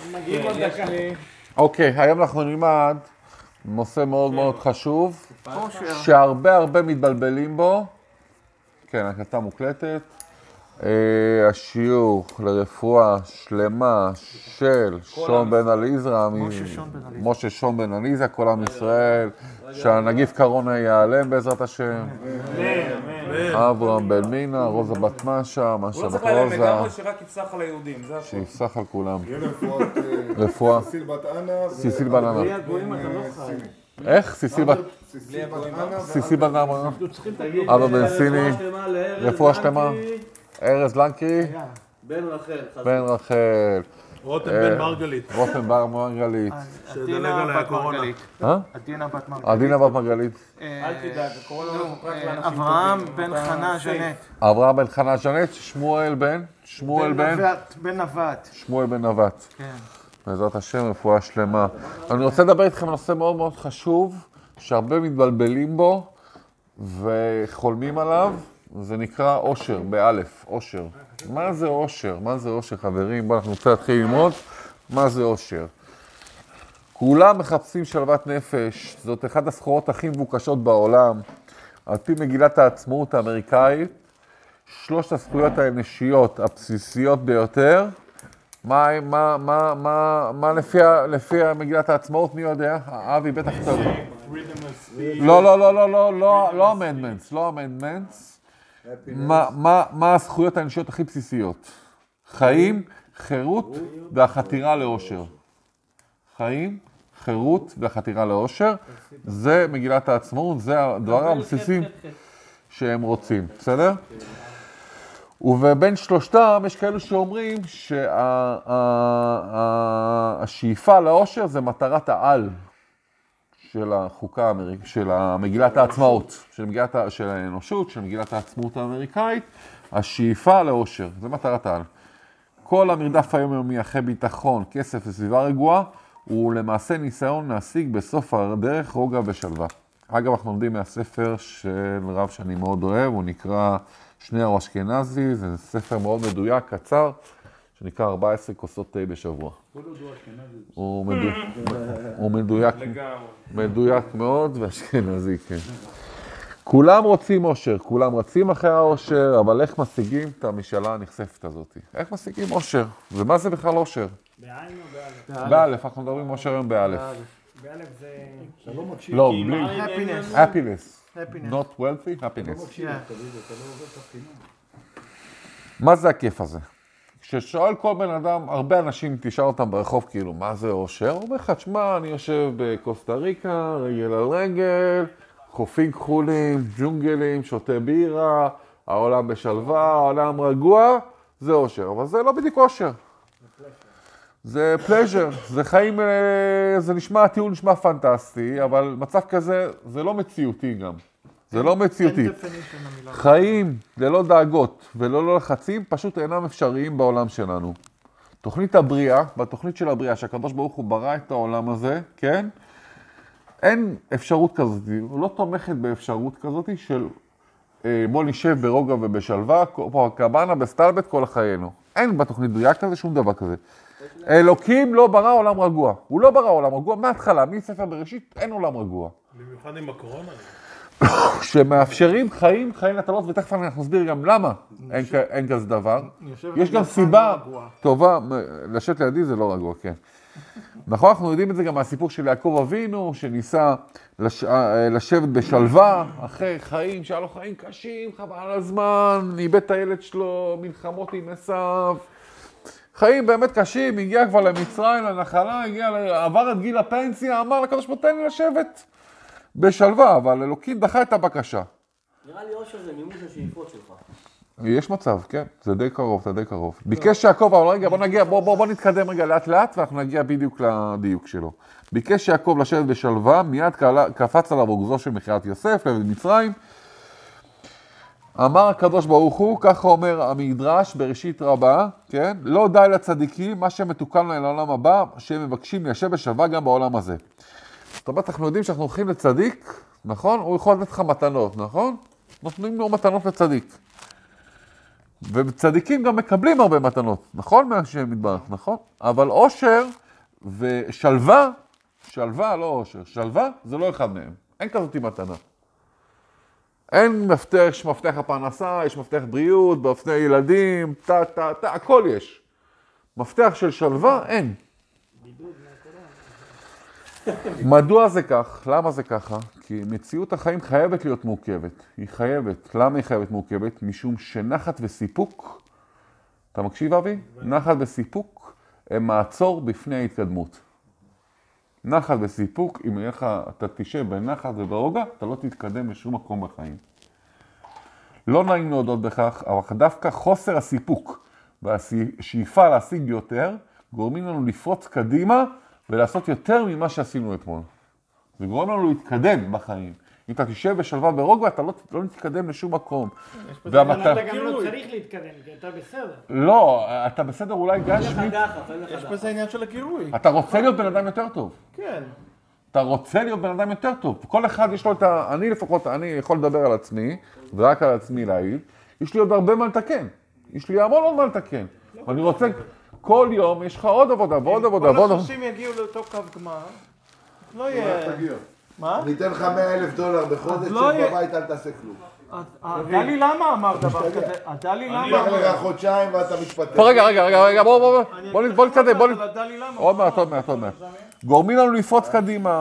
אוקיי, היום אנחנו נלמד נושא מאוד מאוד חשוב, שהרבה מתבלבלים בו. כן, הקלטה מוקלטת. השיעור לרפואה שלמה של שון בן עליזרא, משה שון בן עליזרא, כל עם ישראל, שהנגיף קורונה ייעלם בעזרת השם. אברהם בן מינה, רוזה בת משה, משה בת רוזה. לגמרי שרק יפסח על היהודים, זה הכל. שיפסח על כולם. רפואה. סיסיל בת אנה. סיסיל בת אנה. איך? סיסיל בת אנה. אבא בן סיני. רפואה שלמה. ארז לנקרי. בן רחל. רותם בן מרגלית. רותם בן מרגלית. שדלג על הקורונה. עדינה בת מרגלית. אל תדאג, הקורונה לא רק לאנשים טובים. אברהם בן חנה ז'נט. אברהם בן חנה ז'נט. שמואל בן נווט. שמואל בן נווט. כן. בעזרת השם, רפואה שלמה. אני רוצה לדבר איתכם על נושא מאוד מאוד חשוב, שהרבה מתבלבלים בו וחולמים עליו. זה נקרא אושר, באלף, אושר. מה זה אושר? מה זה אושר, חברים? בואו אנחנו רוצה להתחיל ללמוד. מה זה אושר? כולם מחפשים שלוות נפש. זאת אחת הסחורות הכי מבוקשות בעולם. על פי מגילת העצמאות האמריקאית, 3 הזכויות האנושיות הבסיסיות ביותר. מה לפי מגילת העצמאות, מי יודע? אבי בטח טוב. לא אמנדמנטס, לא אמנדמנטס. מה הזכויות האנושיות הכי בסיסיות? חיים, חירות והחתירה לאושר. חיים, חירות והחתירה לאושר. זה מגילת העצמאות, זה הדבר הבסיסי שהם רוצים, בסדר? ובין שלושתם יש כאלו שאומרים שהשאיפה לאושר זה מטרת העל של החוקה האמריקאית, של מגילת העצמאות, של האנושות, של מגילת העצמאות האמריקאית. השאיפה לאושר, זה מטרת העל. כל המרדף היומיומי אחרי ביטחון, כסף וסביבה רגועה, הוא למעשה ניסיון להשיג בסוף הדרך רוגע ושלווה. אגב, אנחנו לומדים מהספר של רב שאני מאוד אוהב, הוא נקרא שניאור אשכנזי, זה ספר מאוד מדויק, קצר, שנקרא 14 כוסות תה בשבוע. הוא מדויק מאוד, ואשכנזי, כן. כולם רוצים אושר, כולם רצים אחרי האושר, אבל איך משיגים את המשאלה הנכספת הזאת? איך משיגים אושר? ומה זה בכלל אושר? בעין או באלף? באלף, אנחנו מדברים אושר היום באלף. באלף זה... אתה לא מקשיב. לא, בלי. happiness. happiness. Not wealthy, happiness. אתה לא מקשיב, אתה לא עובד את הבחינה. מה זה הכיף הזה? כששואל כל בן אדם, הרבה אנשים תשאל אותם ברחוב, כאילו, מה זה אושר? הוא אומר לך, תשמע, אני יושב בקוסטה ריקה, רגל על רגל, חופים כחולים, ג'ונגלים, שותה בירה, העולם בשלווה, העולם רגוע, זה אושר. אבל זה לא בדיוק אושר. זה פלז'ר, זה חיים, זה נשמע, הטיעון נשמע פנטסטי, אבל מצב כזה, זה לא מציאותי גם. זה לא מציאותי. חיים ללא דאגות וללא לחצים פשוט אינם אפשריים בעולם שלנו. תוכנית הבריאה, בתוכנית של הבריאה, שהקדוש ברוך הוא ברא את העולם הזה, כן? אין אפשרות כזאת, הוא לא תומכת באפשרות כזאת של בוא נשב ברוגע ובשלווה, פה הקבנה בסטלבט כל חיינו. אין בתוכנית בריאה כזה שום דבר כזה. אלוקים לא ברא עולם רגוע. הוא לא ברא עולם רגוע מההתחלה, מספר בראשית, אין עולם רגוע. במיוחד עם הקורונה. שמאפשרים חיים נטלות, ותכף אנחנו נסביר גם למה אין כזה דבר. יש גם סיבה טובה, לשבת לידי זה לא רגוע, כן. נכון, אנחנו יודעים את זה גם מהסיפור של יעקב אבינו, שניסה לשבת בשלווה, אחרי חיים, שהיה לו חיים קשים, חבל על הזמן, איבד את הילד שלו, מלחמות עם עשיו. חיים באמת קשים, הגיע כבר למצרים, לנחלה, עבר את גיל הפנסיה, אמר לקדוש ברוך הוא, תן לי לשבת בשלווה, אבל אלוקים דחה את הבקשה. נראה לי אושר זה מימוש השאיפות שלך. יש מצב, כן, זה די קרוב, זה די קרוב. ביקש יעקב, אבל רגע, בוא נתקדם רגע לאט לאט, ואנחנו נגיע בדיוק לדיוק שלו. ביקש יעקב לשבת בשלווה, מיד קפץ עליו רוגזו של מכירת יוסף, לעבד מצרים. אמר הקדוש ברוך הוא, ככה אומר המדרש בראשית רבה, כן? לא די לצדיקים, מה שמתוקן להם לעולם הבא, שהם מבקשים ליישב בשלווה גם בעולם הזה. זאת אומרת, אנחנו יודעים שאנחנו הולכים לצדיק, נכון? הוא יכול לתת לך מתנות, נכון? נותנים לו מתנות לצדיק. וצדיקים גם מקבלים הרבה מתנות, נכון? מהשם יתברך, נכון? אבל עושר ושלווה, שלווה לא עושר, שלווה זה לא אחד מהם. אין כזאת מתנה. אין מפתח, יש מפתח הפרנסה, יש מפתח בריאות, מפתח ילדים, הכל יש. מפתח של שלווה, אין. מדוע זה כך? למה זה ככה? כי מציאות החיים חייבת להיות מורכבת. היא חייבת. למה היא חייבת מורכבת? משום שנחת וסיפוק, אתה מקשיב אבי? נחת וסיפוק הם מעצור בפני ההתקדמות. נחת וסיפוק, אם אתה תשב בנחת וברוגע, אתה לא תתקדם בשום מקום בחיים. לא נעים להודות בכך, אבל דווקא חוסר הסיפוק והשאיפה להשיג יותר, גורמים לנו לפרוץ קדימה ולעשות יותר ממה שעשינו אתמול. זה גורם לנו להתקדם בחיים. אם אתה תשב בשלווה ברוגע, אתה לא תתקדם לשום מקום. אתה גם לא צריך להתקדם, כי אתה בסדר. לא, אתה בסדר אולי גשמית. יש פה זה עניין של הגירוי. אתה רוצה להיות בן אדם יותר טוב. כן. אתה רוצה להיות בן אדם יותר טוב. כל אחד יש לו את אני לפחות, אני יכול לדבר על עצמי, ורק על עצמי להעיד. יש לי עוד הרבה מה לתקן. יש לי המון עוד מה לתקן. ואני רוצה, כל יום יש לך עוד עבודה ועוד עבודה. כל הסוסים יגיעו לאותו קו גמר. לא יהיה... מה? אני אתן לך $100,000 בחודש, לא שב יהיה- בבית אל תעשה כלום. דלי למה אמר דבר כזה? דלי למה קח אמר? לך חודשיים ואתה מתפטר. רגע, בוא נתקדם, דלי למה? עוד מעט. גורמים לנו לפרוץ קדימה.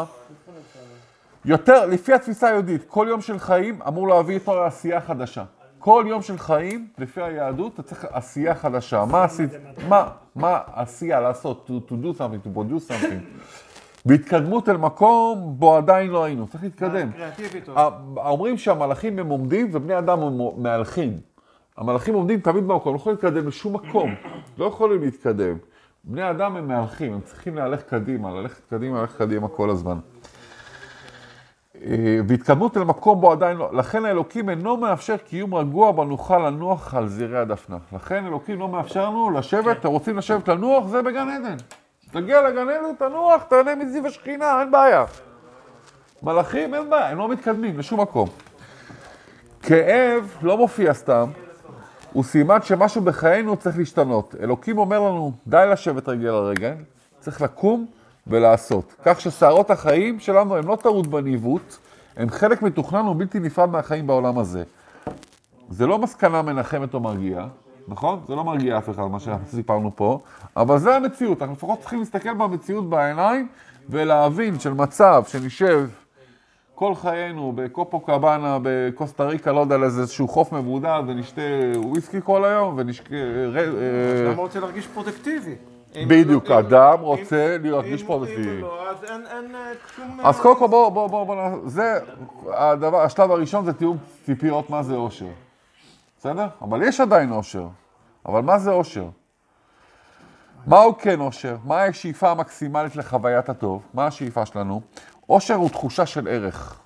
יותר, לפי התפיסה היהודית, כל יום של חיים אמור להביא איתו לעשייה חדשה. כל יום של חיים, לפי היהדות, אתה צריך עשייה חדשה. מה עשית? מה עשייה לעשות? To do something, to produce something. בהתקדמות אל מקום בו עדיין לא היינו. צריך להתקדם. קריאטיבית. אומרים שהמלאכים הם עומדים ובני אדם הם מהלכים. המלאכים עומדים תמיד במקום, לא יכולים להתקדם לשום מקום. לא יכולים להתקדם. בני אדם הם מהלכים, הם צריכים ללכת קדימה כל הזמן. והתקדמות אל מקום בו עדיין לא. לכן האלוקים אינו מאפשר קיום רגוע בו נוכל לנוח על זירי הדפנה. לכן אלוקים לא מאפשר לנו לשבת, אתם רוצים לשבת לנוח, זה בגן עדן. תגיע לגן עדן, תנוח, תהנה מזיו השכינה, אין בעיה. מלאכים, אין בעיה, הם לא מתקדמים לשום מקום. כאב לא מופיע סתם, הוא סימן שמשהו בחיינו צריך להשתנות. אלוקים אומר לנו, די לשבת רגל על רגל, צריך לקום ולעשות. כך ששערות החיים שלנו הם לא טעות בניווט, הם חלק מתוכנן ובלתי נפרד מהחיים בעולם הזה. זה לא מסקנה מנחמת או מרגיעה, נכון? זה לא מרגיע אף אחד, מה שסיפרנו פה, אבל זה המציאות. אנחנו לפחות צריכים להסתכל במציאות בעיניים ולהבין של מצב שנשב כל חיינו בקופו קבאנה, בקוסטה ריקה, לא יודע, איזשהו חוף מבודד ונשתה וויסקי כל היום ונשתה... אדם רוצה להרגיש פרודקטיבי. בדיוק, אדם רוצה להרגיש פרודקטיבי. אם לא, אז אין שום... אז קודם כל בוא, זה הדבר, השלב הראשון זה תיאום ציפיות מה זה אושר. בסדר? אבל יש עדיין אושר. אבל מה זה אושר? מהו כן אושר? מה השאיפה המקסימלית לחוויית הטוב? מה השאיפה שלנו? אושר הוא תחושה של ערך.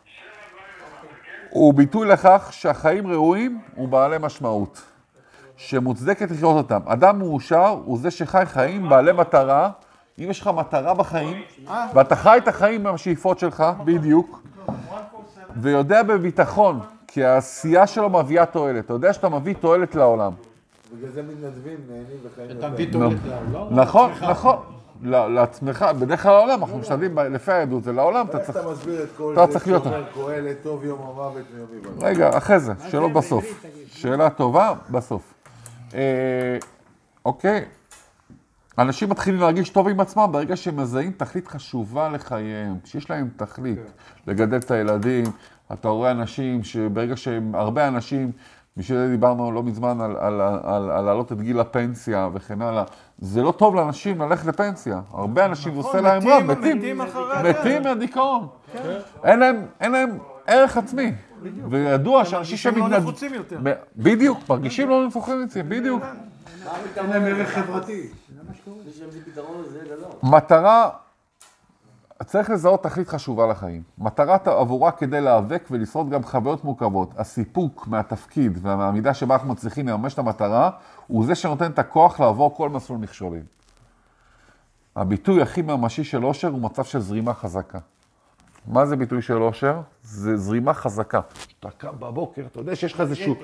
הוא ביטוי לכך שהחיים ראויים ובעלי משמעות. שמוצדקת לחיות אותם. אדם מאושר הוא זה שחי חיים בעלי מטרה. אם יש לך מטרה בחיים, ואתה חי את החיים מהשאיפות שלך, בדיוק, ויודע בביטחון, כי העשייה שלו מביאה תועלת. אתה יודע שאתה מביא תועלת לעולם. בגלל זה מתנדבים, נהנים וחיים. אתה מביא תועלת לעולם? נכון. לעצמך, בדרך כלל לעולם, אנחנו משתדלים, לפי היהדות, זה לעולם, אתה איך צריך... אתה מסביר את כל אתה זה צריך להיות. שאומר קהלת טוב יום המוות מיומי בנו? רגע, אחרי זה, שאלות בסוף. שאלה טובה, בסוף. אוקיי. אנשים מתחילים להרגיש טוב עם עצמם ברגע שהם מזהים תכלית חשובה לחייהם, שיש להם תכלית, לגדל את הילדים. אתה רואה אנשים שברגע שהם, הרבה אנשים, בשביל זה דיברנו לא מזמן על להעלות את גיל הפנסיה וכן הלאה. זה לא טוב לאנשים ללכת לפנסיה. הרבה אנשים עושה להם רע, מתים מהדיכאון. אין להם ערך עצמי. וידוע שאנשים שמתנדבים... לא נחוצים יותר. בדיוק, מרגישים לא נפוחים יוצאים, בדיוק. אין להם ערך חברתי. מי שאין פתרון לזה גדול. מטרה, צריך לזהות תכלית חשובה לחיים. מטרה עבורה כדי להיאבק ולשרוד גם חוויות מורכבות. הסיפוק מהתפקיד והמידה שבה אנחנו מצליחים לממש את המטרה, הוא זה שנותן את הכוח לעבור כל מסלול מכשולים. הביטוי הכי ממשי של אושר הוא מצב של זרימה חזקה. מה זה ביטוי של אושר? זה זרימה חזקה. אתה קם בבוקר, אתה יודע שיש לך איזשהו...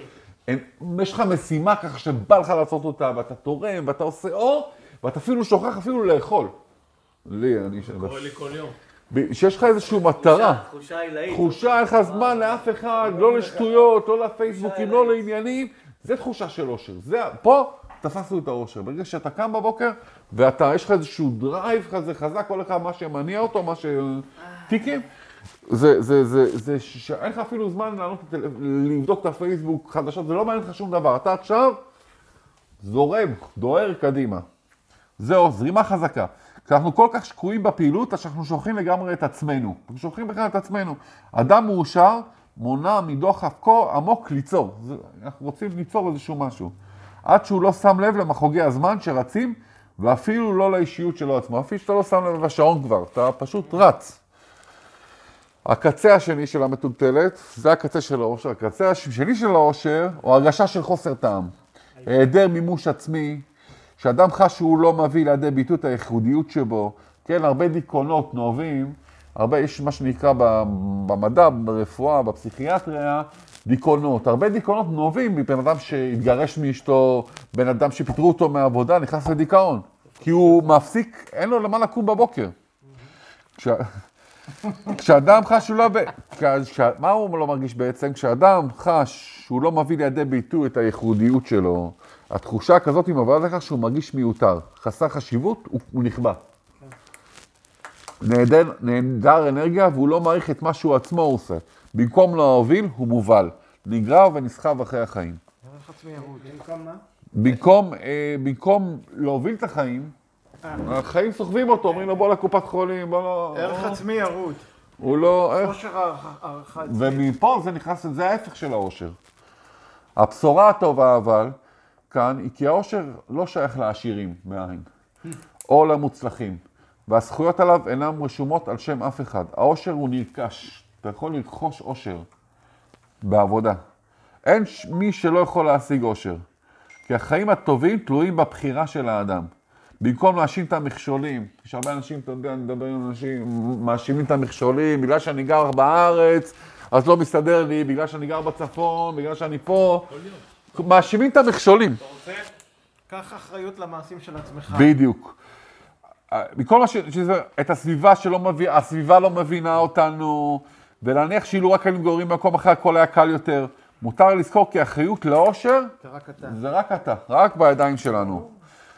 יש לך משימה ככה שבא לך לעשות אותה, ואתה תורם, ואתה עושה אור, ואתה אפילו שוכח אפילו לאכול. אני... קורה לי כל יום. שיש לך איזושהי מטרה. תחושה עילאית. תחושה, אין לך זמן לאף אחד, לא לשטויות, לא לפייסבוקים, לא לעניינים. זה תחושה של אושר. פה תפסנו את האושר. ברגע שאתה קם בבוקר, יש לך איזשהו דרייב כזה חזק, כל אחד מה שמניע אותו, מה שטיקים. זה שאין לך אפילו זמן לבדוק את הפייסבוק חדשות, זה לא מעניין לך שום דבר. אתה עכשיו זורם, דוהר קדימה. זהו, זרימה חזקה. כשאנחנו כל כך שקועים בפעילות, אז אנחנו שוכחים לגמרי את עצמנו. אנחנו שוכחים בכלל את עצמנו. אדם מאושר מונע מדוחף כה עמוק ליצור. אנחנו רוצים ליצור איזשהו משהו. עד שהוא לא שם לב למחוגי הזמן שרצים, ואפילו לא לאישיות שלו עצמו. אפילו שאתה לא שם לב לשעון כבר, אתה פשוט רץ. הקצה השני של המטולטלת, זה הקצה של האושר. הקצה השני של האושר, הוא הרגשה של חוסר טעם. היעדר מימוש עצמי, שאדם חש שהוא לא מביא לידי ביטוי את הייחודיות שבו. כן, הרבה דיכאונות נובעים, יש מה שנקרא במדע, ברפואה, בפסיכיאטריה, דיכאונות. הרבה דיכאונות נובעים מבן אדם שהתגרש מאשתו, בן אדם שפיטרו אותו מהעבודה, נכנס לדיכאון. כי הוא מפסיק, אין לו למה לקום בבוקר. כשאדם חש שהוא לא... מה הוא לא מרגיש בעצם? כשאדם חש שהוא לא מביא לידי ביטוי את הייחודיות שלו, התחושה כזאת היא מבאה לכך שהוא מרגיש מיותר. חסר חשיבות, הוא נכבה. נהדר אנרגיה והוא לא מעריך את מה שהוא עצמו עושה. במקום להוביל, הוא מובל. נגרר ונסחב אחרי החיים. ערך עצמי ירוד. במקום מה? במקום להוביל את החיים, החיים סוחבים אותו, אומרים לו בוא לקופת חולים, בוא לא... ערך עצמי ירוד. הוא לא... אושר הערכה עצמית. ומפה זה נכנס, זה ההפך של האושר. הבשורה הטובה אבל, כאן, היא כי האושר לא שייך לעשירים מהעין, או למוצלחים, והזכויות עליו אינן רשומות על שם אף אחד. האושר הוא נרכש, אתה יכול לרכוש אושר בעבודה. אין מי שלא יכול להשיג אושר, כי החיים הטובים תלויים בבחירה של האדם. במקום להאשים את המכשולים, יש הרבה אנשים, אתה יודע, אני מדבר עם אנשים, מאשימים את המכשולים, בגלל שאני גר בארץ, אז לא מסתדר לי, בגלל שאני גר בצפון, בגלל שאני פה. מאשימים את המכשולים. אתה רוצה? קח אחריות למעשים של עצמך. בדיוק. מכל מה שזה, את הסביבה הסביבה לא מבינה אותנו, ולהניח שאילו רק היינו גוררים במקום אחר, הכל היה קל יותר. מותר לזכור כי האחריות לאושר, זה רק אתה, רק בידיים שלנו.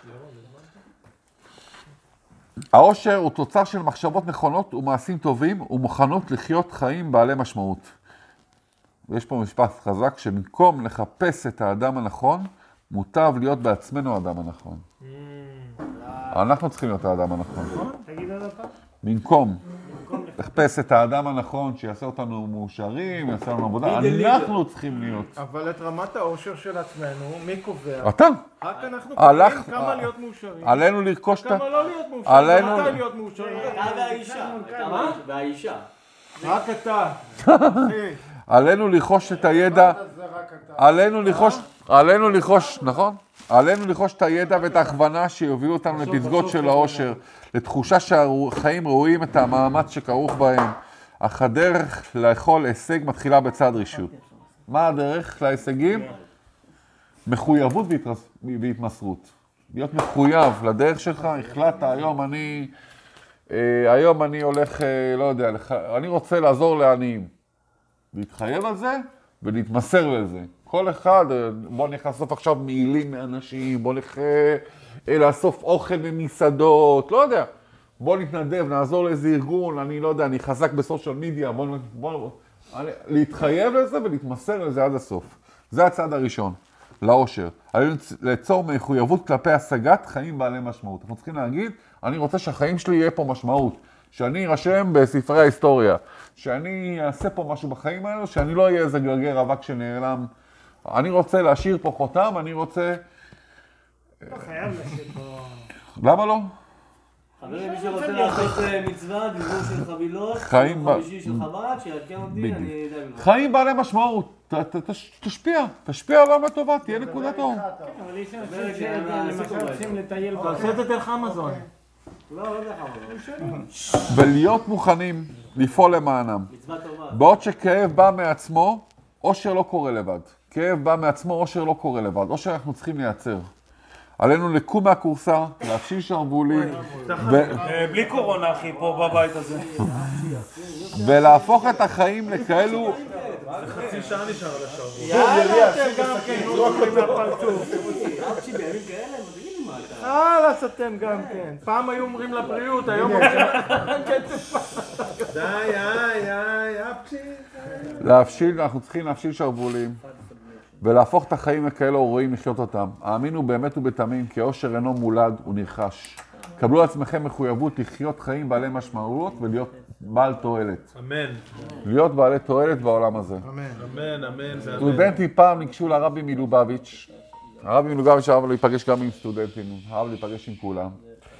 האושר הוא תוצר של מחשבות נכונות ומעשים טובים ומוכנות לחיות חיים בעלי משמעות. ויש פה משפט חזק שבמקום לחפש את האדם הנכון, מוטב להיות בעצמנו האדם הנכון. אנחנו צריכים להיות האדם הנכון. תגיד עוד פעם. במקום לחפש את האדם הנכון שיעשה אותנו מאושרים, יעשה לנו עבודה, אנחנו צריכים להיות. אבל את רמת האושר של עצמנו, מי קובע? אתה. רק אנחנו קובעים כמה להיות מאושרים. עלינו לרכוש את... כמה לא להיות מאושרים. מתי להיות מאושרים. אתה והאישה. והאישה. רק אתה. עלינו לרכוש את הידע, עלינו לרכוש, נכון? עלינו לרכוש את הידע ואת ההכוונה שיובילו אותנו לפסגות של האושר, לתחושה שהחיים ראויים את המאמץ שכרוך בהם, אך הדרך לאכול הישג מתחילה בצד רישות. מה הדרך להישגים? מחויבות והתמסרות. להיות מחויב לדרך שלך, החלטת, היום אני הולך, לא יודע, אני רוצה לעזור לעניים. להתחייב על זה ולהתמסר לזה. כל אחד, בוא נלך לאסוף עכשיו מעילים מאנשים, בוא נלך לאסוף אוכל ממסעדות, לא יודע. בוא נתנדב, נעזור לאיזה ארגון, אני לא יודע, אני חזק בסושיאל מדיה, בוא להתחייב לזה ולהתמסר לזה עד הסוף. זה הצעד הראשון, לאושר. ליצור מחויבות כלפי השגת חיים בעלי משמעות. אנחנו צריכים להגיד, אני רוצה שהחיים שלי יהיה פה משמעות. שאני ארשם בספרי ההיסטוריה, שאני אעשה פה משהו בחיים האלו, שאני לא אהיה איזה גרגר אבק שנעלם. אני רוצה להשאיר פה חותם, אני רוצה... לא חייב להשאיר פה... למה לא? חברים, מי שרוצה לעשות מצווה, דיבור של חבילות, חיים חמישי של חב"ד, שיעדכן אותי, אני יודע ממך. חיים בעלי משמעות, תשפיע עליו לטובה, תהיה נקודת אור. אבל יש אנשים שלמשל רוצים לטייל בארץ. תעשה את דרך אמזון. לא יודע כמה. ולהיות מוכנים לפעול למענם. מצווה טובה. בעוד שכאב בא מעצמו, אושר לא קורה לבד. כאב בא מעצמו, אושר לא קורה לבד, אושר אנחנו צריכים לייצר. עלינו לקום מהקורסה, להפשיל שרוולים, בלי קורונה, אחי, פה בבית הזה. ולהפוך את החיים לכאלו... חצי שעה נשאר על השרוול. יאללה, אתם גם כן, רוקרים מהפרצוף. אבצ'י בימים כאלה, תגיד לי מה אתה. חלאס אתם גם כן. פעם היו אומרים לבריאות, היום אומרים... די, אפצ'י. להפשיל, אנחנו צריכים להפשיל שרוולים, ולהפוך את החיים לכאלו רואים לחיות אותם. האמינו באמת ובתמים, כי האושר אינו מולד, הוא נרכש. קבלו לעצמכם מחויבות לחיות חיים בעלי משמעויות ולהיות בעל תועלת. אמן. להיות בעלי תועלת בעולם הזה. אמן, אמן. סטודנטים פעם ניגשו לרבי מלובביץ'. הרבי מלובביץ' אהב להיפגש גם עם סטודנטים, אהב להיפגש עם כולם.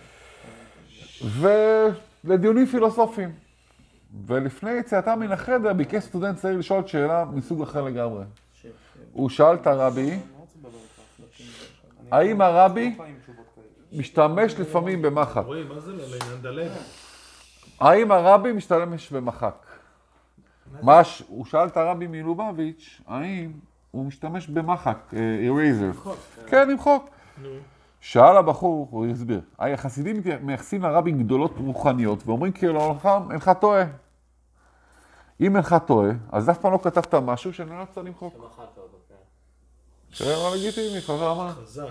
ולדיונים פילוסופיים. ולפני יציאתם מן החדר ביקש סטודנט צעיר לשאול שאלה מסוג אחר לגמרי. הוא שאל את הרבי, האם הרבי משתמש לפעמים במחק? רואי, מה זה לא לעניין דלג? האם הרבי משתמש במחק? הוא שאל את הרבי מלובביץ', האם הוא משתמש במחק, eraser? כן, עם חוק. שאל הבחור, הוא הסביר, החסידים מייחסים לרבי גדולות רוחניות, ואומרים כאילו לעולמם, אינך טועה. אם אינך טועה, אז אף פעם לא כתבת משהו שנאלצת למחוק. שמחקת אותו, כן. שאלה לגיטימי, חזר מה? חזק.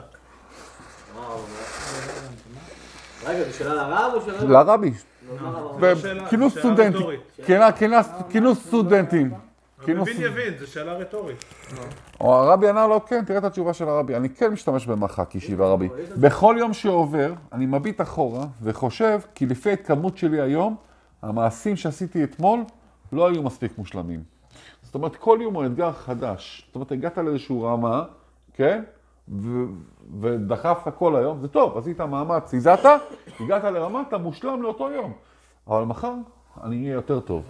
רגע, זה שאלה לרב או שאלה? לרבי. כינוס שאלה סטודנטים. רטורית. כינוס סטודנטים. המבין יבין, זו שאלה רטורית. הרבי ענה לו, כן, תראה את התשובה של הרבי. אני כן משתמש במחק אישי והרבי. בכל יום שעובר, אני מביט אחורה וחושב כי לפי ההתקדמות שלי היום, המעשים שעשיתי אתמול לא היו מספיק מושלמים. זאת אומרת, כל יום הוא אתגר חדש. זאת אומרת, הגעת לאיזשהו רמה, כן? ודחפת כל היום, זה טוב, עשית מאמץ, הגעת לרמה, אתה מושלם לאותו יום. אבל מחר אני אהיה יותר טוב.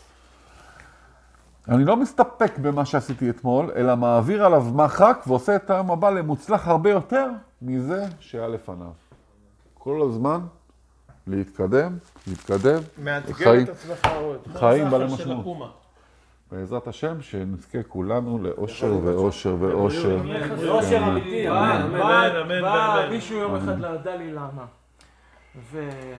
אני לא מסתפק במה שעשיתי אתמול, אלא מעביר עליו מחק ועושה את היום הבא למוצלח הרבה יותר מזה שהיה לפניו. כל הזמן להתקדם, מאתגר את עצמך עוד. חיים בעלי משמעות. בעזרת השם שנזכה כולנו לאושר ואושר ואושר. זה אושר אמיתי. בא מישהו יום אחד לדלי למה.